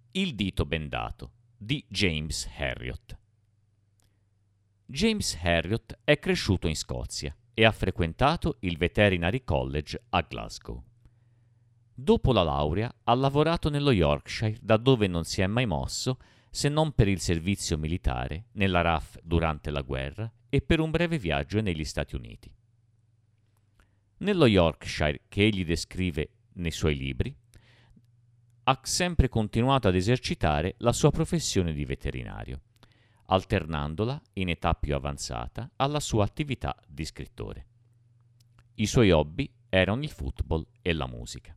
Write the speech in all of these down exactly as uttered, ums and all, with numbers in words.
Il dito bendato di James Herriot. James Herriot è cresciuto in Scozia e ha frequentato il Veterinary College a Glasgow. Dopo la laurea ha lavorato nello Yorkshire, da dove non si è mai mosso se non per il servizio militare nella R A F durante la guerra e per un breve viaggio negli Stati Uniti. Nello Yorkshire, che egli descrive nei suoi libri, ha sempre continuato ad esercitare la sua professione di veterinario, alternandola, in età più avanzata, alla sua attività di scrittore. I suoi hobby erano il football e la musica.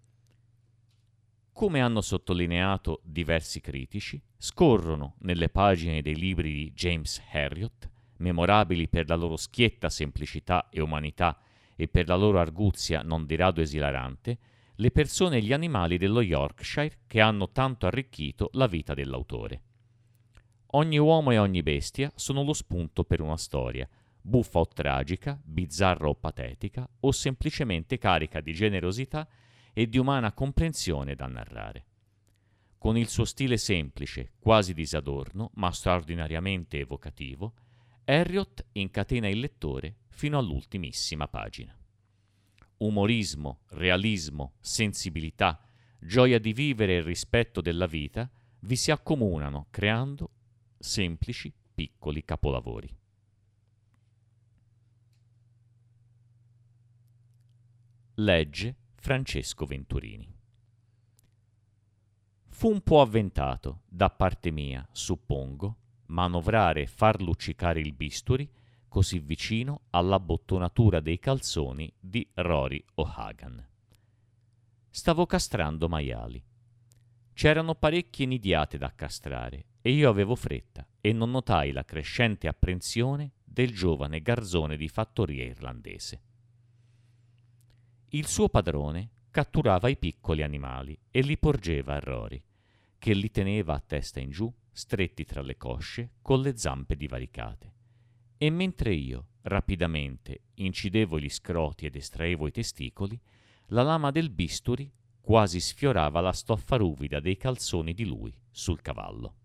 Come hanno sottolineato diversi critici, scorrono nelle pagine dei libri di James Herriot, memorabili per la loro schietta semplicità e umanità e per la loro arguzia non di rado esilarante, le persone e gli animali dello Yorkshire che hanno tanto arricchito la vita dell'autore. Ogni uomo e ogni bestia sono lo spunto per una storia, buffa o tragica, bizzarra o patetica, o semplicemente carica di generosità e di umana comprensione da narrare. Con il suo stile semplice, quasi disadorno, ma straordinariamente evocativo, Herriot incatena il lettore fino all'ultimissima pagina. Umorismo, realismo, sensibilità, gioia di vivere e rispetto della vita vi si accomunano creando semplici, piccoli capolavori. Legge Francesco Venturini. Fu un po' avventato, da parte mia, suppongo, manovrare e far luccicare il bisturi così vicino alla bottonatura dei calzoni di Rory O'Hagan. Stavo castrando maiali. C'erano parecchie nidiate da castrare e io avevo fretta e non notai la crescente apprensione del giovane garzone di fattoria irlandese. Il suo padrone catturava i piccoli animali e li porgeva a Rory, che li teneva a testa in giù, stretti tra le cosce, con le zampe divaricate. E mentre io, rapidamente, incidevo gli scroti ed estraevo i testicoli, la lama del bisturi quasi sfiorava la stoffa ruvida dei calzoni di lui sul cavallo.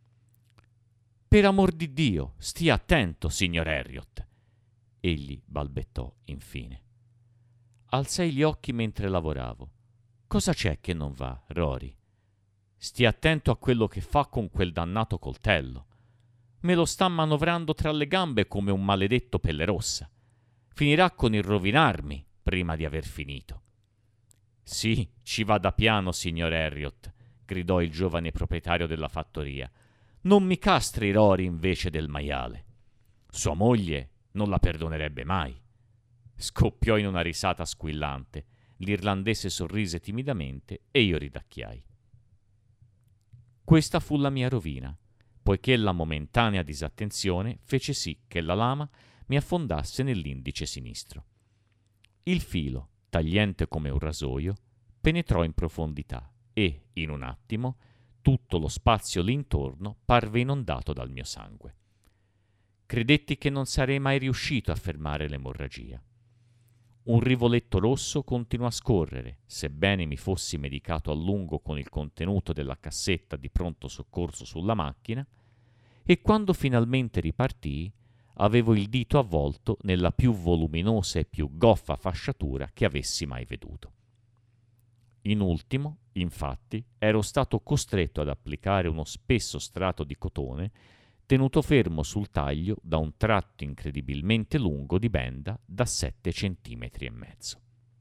«Per amor di Dio, stia attento, signor Herriot!» egli balbettò infine. Alzai gli occhi mentre lavoravo. «Cosa c'è che non va, Rory? Stia attento a quello che fa con quel dannato coltello. Me lo sta manovrando tra le gambe come un maledetto pelle rossa. Finirà con il rovinarmi prima di aver finito». «Sì, ci vada piano, signor Herriot», gridò il giovane proprietario della fattoria. «Non mi castri Rory invece del maiale. Sua moglie non la perdonerebbe mai». Scoppiò in una risata squillante. L'irlandese sorrise timidamente e io ridacchiai. Questa fu la mia rovina, poiché la momentanea disattenzione fece sì che la lama mi affondasse nell'indice sinistro. Il filo, tagliente come un rasoio, penetrò in profondità e, in un attimo, tutto lo spazio lì intorno parve inondato dal mio sangue. Credetti che non sarei mai riuscito a fermare l'emorragia. Un rivoletto rosso continuò a scorrere, sebbene mi fossi medicato a lungo con il contenuto della cassetta di pronto soccorso sulla macchina, e quando finalmente ripartii, avevo il dito avvolto nella più voluminosa e più goffa fasciatura che avessi mai veduto. In ultimo, infatti, ero stato costretto ad applicare uno spesso strato di cotone tenuto fermo sul taglio da un tratto incredibilmente lungo di benda da sette centimetri e mezzo.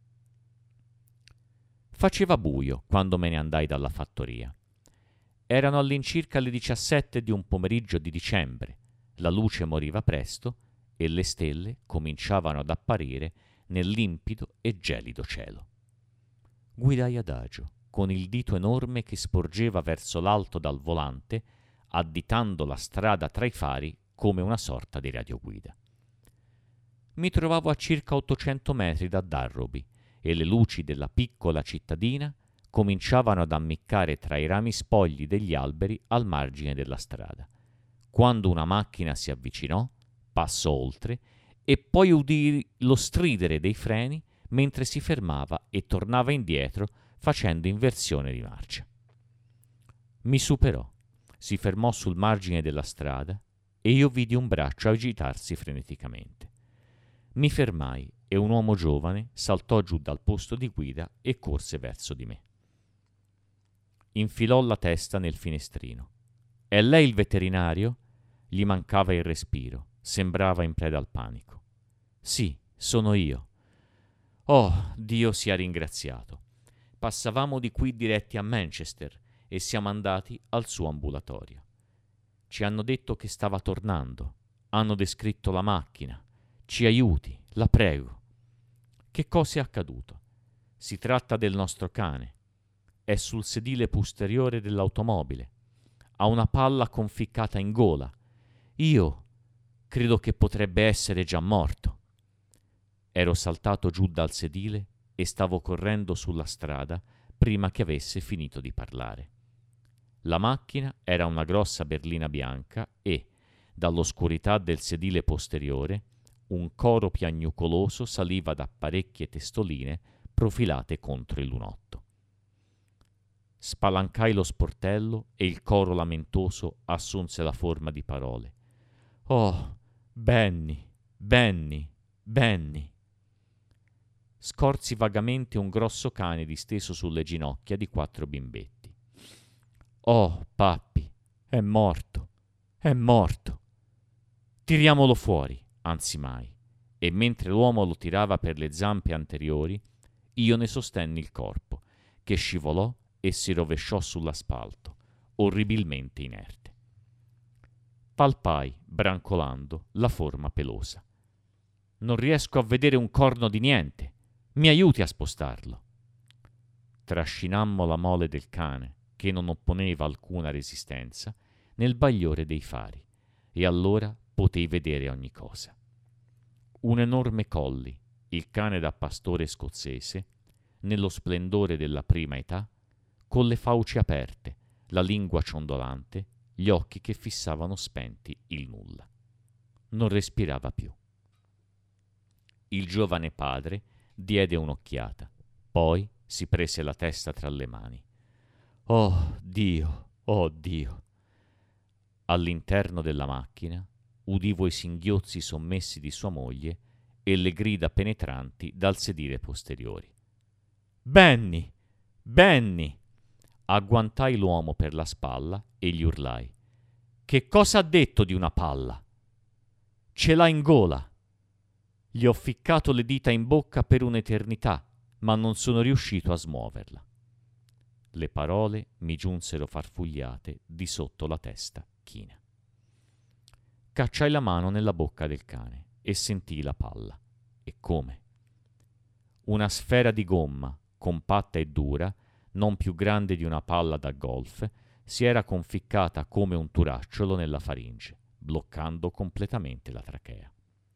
Faceva buio quando me ne andai dalla fattoria. Erano all'incirca le diciassette di un pomeriggio di dicembre, la luce moriva presto e le stelle cominciavano ad apparire nel limpido e gelido cielo. Guidai adagio, con il dito enorme che sporgeva verso l'alto dal volante, additando la strada tra i fari come una sorta di radioguida. Mi trovavo a circa ottocento metri da Darroby e le luci della piccola cittadina cominciavano ad ammiccare tra i rami spogli degli alberi al margine della strada, quando una macchina si avvicinò, passò oltre e poi udii lo stridere dei freni mentre si fermava e tornava indietro facendo inversione di marcia. Mi superò, si fermò sul margine della strada e io vidi un braccio agitarsi freneticamente. Mi fermai e un uomo giovane saltò giù dal posto di guida e corse verso di me. Infilò la testa nel finestrino. «È lei il veterinario?» Gli mancava il respiro, sembrava in preda al panico. «Sì, sono io». «Oh, Dio sia ringraziato. Passavamo di qui diretti a Manchester e siamo andati al suo ambulatorio. Ci hanno detto che stava tornando, hanno descritto la macchina. Ci aiuti, la prego». «Che cosa è accaduto?» «Si tratta del nostro cane. È sul sedile posteriore dell'automobile. Ha una palla conficcata in gola. Io credo che potrebbe essere già morto». Ero saltato giù dal sedile e stavo correndo sulla strada prima che avesse finito di parlare. La macchina era una grossa berlina bianca e, dall'oscurità del sedile posteriore, un coro piagnucoloso saliva da parecchie testoline profilate contro il lunotto. Spalancai lo sportello e il coro lamentoso assunse la forma di parole. «Oh, Benny, Benny, Benny!» Scorsi vagamente un grosso cane disteso sulle ginocchia di quattro bimbetti. «Oh, pappi, è morto, è morto! Tiriamolo fuori!» anzi mai, e mentre l'uomo lo tirava per le zampe anteriori, io ne sostenni il corpo, che scivolò e si rovesciò sull'asfalto, orribilmente inerte. Palpai, brancolando, la forma pelosa. «Non riesco a vedere un corno di niente. Mi aiuti a spostarlo». Trascinammo la mole del cane, che non opponeva alcuna resistenza, nel bagliore dei fari, e allora potei vedere ogni cosa. Un enorme collie, il cane da pastore scozzese, nello splendore della prima età, con le fauci aperte, la lingua ciondolante, gli occhi che fissavano spenti il nulla. Non respirava più. Il giovane padre diede un'occhiata, poi si prese la testa tra le mani. «Oh Dio, oh Dio!» All'interno della macchina udivo i singhiozzi sommessi di sua moglie e le grida penetranti dal sedile posteriori. «Benny! Benny!» Agguantai l'uomo per la spalla e gli urlai. «Che cosa ha detto di una palla?» «Ce l'ha in gola!» Gli ho ficcato le dita in bocca per un'eternità, ma non sono riuscito a smuoverla. Le parole mi giunsero farfugliate di sotto la testa china. Cacciai la mano nella bocca del cane e sentii la palla. E come? Una sfera di gomma, compatta e dura, non più grande di una palla da golf, si era conficcata come un turacciolo nella faringe, bloccando completamente la trachea.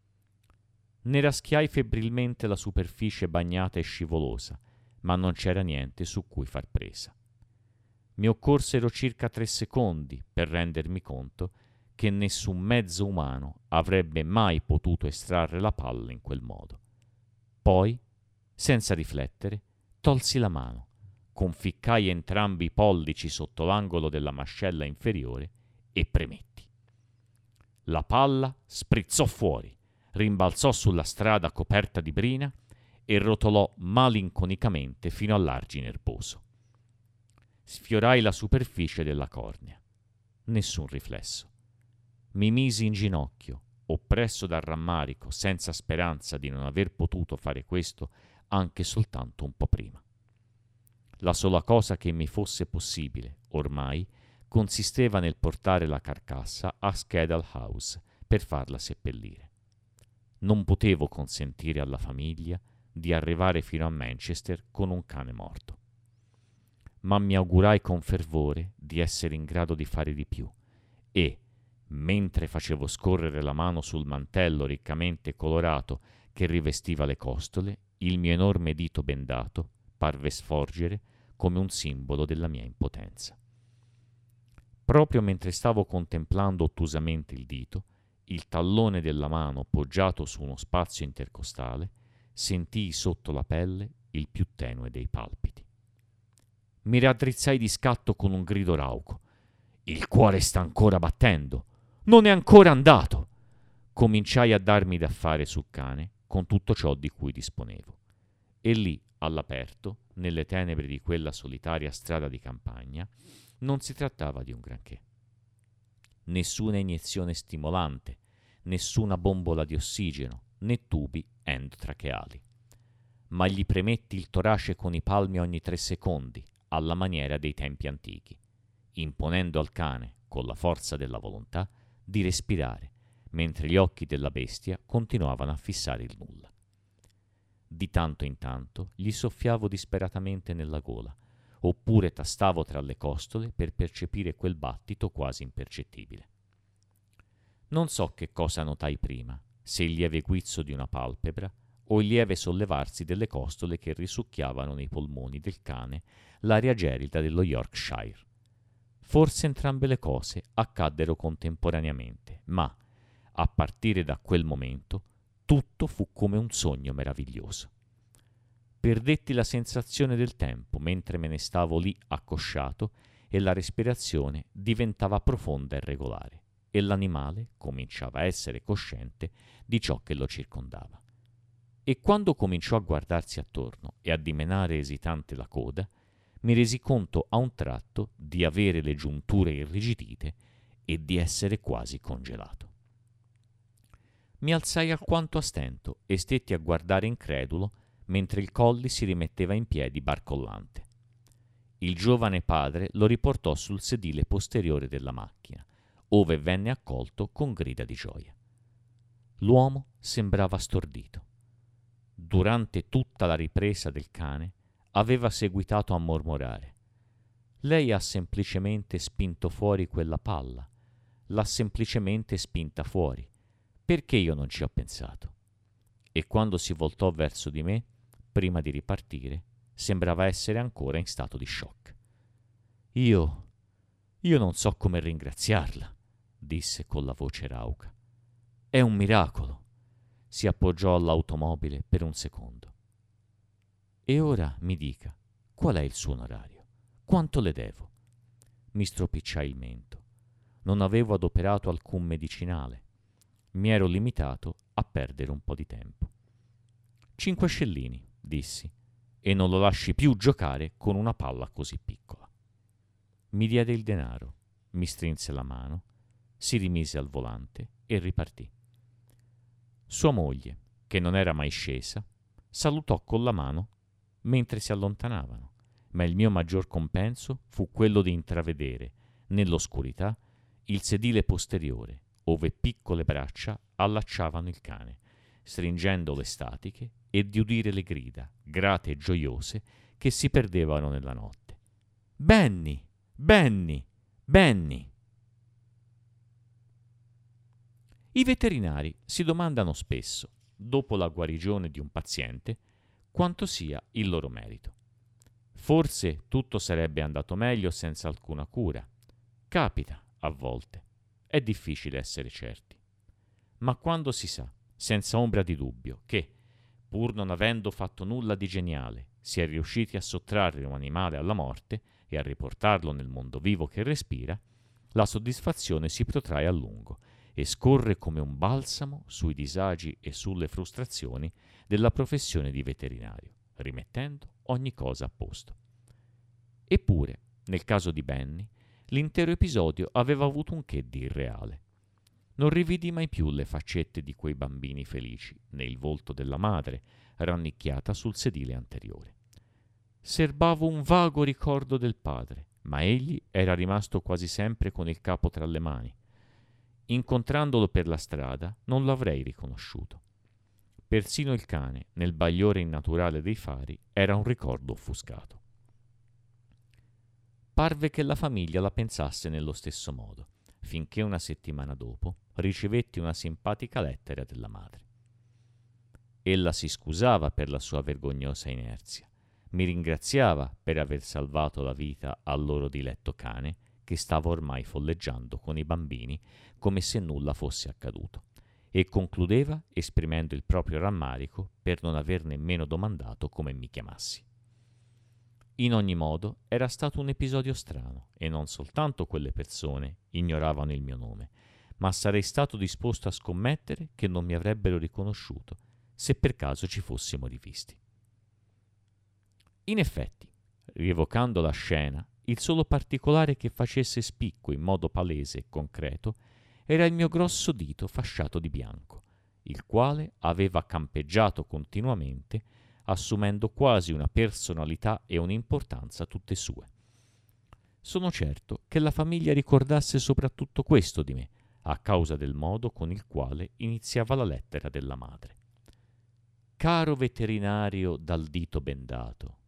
Ne raschiai febbrilmente la superficie bagnata e scivolosa, ma non c'era niente su cui far presa. Mi occorsero circa tre secondi per rendermi conto che nessun mezzo umano avrebbe mai potuto estrarre la palla in quel modo. Poi, senza riflettere, tolsi la mano, conficcai entrambi i pollici sotto l'angolo della mascella inferiore e premetti. La palla sprizzò fuori, rimbalzò sulla strada coperta di brina e rotolò malinconicamente fino all'argine erboso. Sfiorai la superficie della cornea. Nessun riflesso. Mi misi in ginocchio, oppresso dal rammarico, senza speranza di non aver potuto fare questo anche soltanto un po' prima. La sola cosa che mi fosse possibile, ormai, consisteva nel portare la carcassa a Skedal House per farla seppellire. Non potevo consentire alla famiglia di arrivare fino a Manchester con un cane morto. Ma mi augurai con fervore di essere in grado di fare di più e, mentre facevo scorrere la mano sul mantello riccamente colorato che rivestiva le costole, il mio enorme dito bendato parve sforgere come un simbolo della mia impotenza. Proprio mentre stavo contemplando ottusamente il dito, il tallone della mano poggiato su uno spazio intercostale, sentii sotto la pelle il più tenue dei palpiti. Mi raddrizzai di scatto con un grido rauco. Il cuore sta ancora battendo. Non è ancora andato. Cominciai a darmi da fare sul cane con tutto ciò di cui disponevo. E lì, all'aperto, nelle tenebre di quella solitaria strada di campagna, non si trattava di un granché. Nessuna iniezione stimolante, nessuna bombola di ossigeno, né tubi endotracheali. Ma gli premetti il torace con i palmi ogni tre secondi, alla maniera dei tempi antichi, imponendo al cane, con la forza della volontà, di respirare, mentre gli occhi della bestia continuavano a fissare il nulla. Di tanto in tanto gli soffiavo disperatamente nella gola, oppure tastavo tra le costole per percepire quel battito quasi impercettibile. Non so che cosa notai prima, se il lieve guizzo di una palpebra o il lieve sollevarsi delle costole che risucchiavano nei polmoni del cane l'aria gelida dello Yorkshire. Forse entrambe le cose accaddero contemporaneamente, ma, a partire da quel momento, tutto fu come un sogno meraviglioso. Perdetti la sensazione del tempo mentre me ne stavo lì accosciato e la respirazione diventava profonda e regolare e l'animale cominciava a essere cosciente di ciò che lo circondava. E quando cominciò a guardarsi attorno e a dimenare esitante la coda, mi resi conto a un tratto di avere le giunture irrigidite e di essere quasi congelato. Mi alzai alquanto a stento e stetti a guardare incredulo mentre il colli si rimetteva in piedi barcollante. Il giovane padre lo riportò sul sedile posteriore della macchina, ove venne accolto con grida di gioia. L'uomo sembrava stordito. Durante tutta la ripresa del cane aveva seguitato a mormorare. Lei ha semplicemente spinto fuori quella palla, l'ha semplicemente spinta fuori. Perché io non ci ho pensato? E quando si voltò verso di me, prima di ripartire, sembrava essere ancora in stato di shock. Io, io non so come ringraziarla, disse con la voce rauca. È un miracolo. Si appoggiò all'automobile per un secondo. E ora mi dica, qual è il suo onorario? Quanto le devo? Mi stropicciai il mento. Non avevo adoperato alcun medicinale. Mi ero limitato a perdere un po' di tempo. Cinque scellini, dissi, e non lo lasci più giocare con una palla così piccola. Mi diede il denaro, mi strinse la mano, si rimise al volante e ripartì. Sua moglie, che non era mai scesa, salutò con la mano mentre si allontanavano, ma il mio maggior compenso fu quello di intravedere, nell'oscurità, il sedile posteriore, ove piccole braccia allacciavano il cane, stringendo le statiche, e di udire le grida, grate e gioiose, che si perdevano nella notte. Benny! Benny! Benny! I veterinari si domandano spesso, dopo la guarigione di un paziente, quanto sia il loro merito. Forse tutto sarebbe andato meglio senza alcuna cura. Capita, a volte. È difficile essere certi. Ma quando si sa, senza ombra di dubbio, che, pur non avendo fatto nulla di geniale, si è riusciti a sottrarre un animale alla morte e a riportarlo nel mondo vivo che respira, la soddisfazione si protrae a lungo e scorre come un balsamo sui disagi e sulle frustrazioni della professione di veterinario, rimettendo ogni cosa a posto. Eppure, nel caso di Benny, l'intero episodio aveva avuto un che di irreale. Non rividi mai più le faccette di quei bambini felici, né il volto della madre, rannicchiata sul sedile anteriore. Serbavo un vago ricordo del padre, ma egli era rimasto quasi sempre con il capo tra le mani. Incontrandolo per la strada, non l'avrei riconosciuto. Persino il cane, nel bagliore innaturale dei fari, era un ricordo offuscato. Parve che la famiglia la pensasse nello stesso modo, finché una settimana dopo ricevetti una simpatica lettera della madre. Ella si scusava per la sua vergognosa inerzia, mi ringraziava per aver salvato la vita al loro diletto cane, che stava ormai folleggiando con i bambini come se nulla fosse accaduto, e concludeva esprimendo il proprio rammarico per non aver nemmeno domandato come mi chiamassi. In ogni modo era stato un episodio strano e non soltanto quelle persone ignoravano il mio nome, ma sarei stato disposto a scommettere che non mi avrebbero riconosciuto se per caso ci fossimo rivisti. In effetti, rievocando la scena, il solo particolare che facesse spicco in modo palese e concreto era il mio grosso dito fasciato di bianco, il quale aveva campeggiato continuamente, assumendo quasi una personalità e un'importanza tutte sue. Sono certo che la famiglia ricordasse soprattutto questo di me, a causa del modo con il quale iniziava la lettera della madre. Caro veterinario dal dito bendato,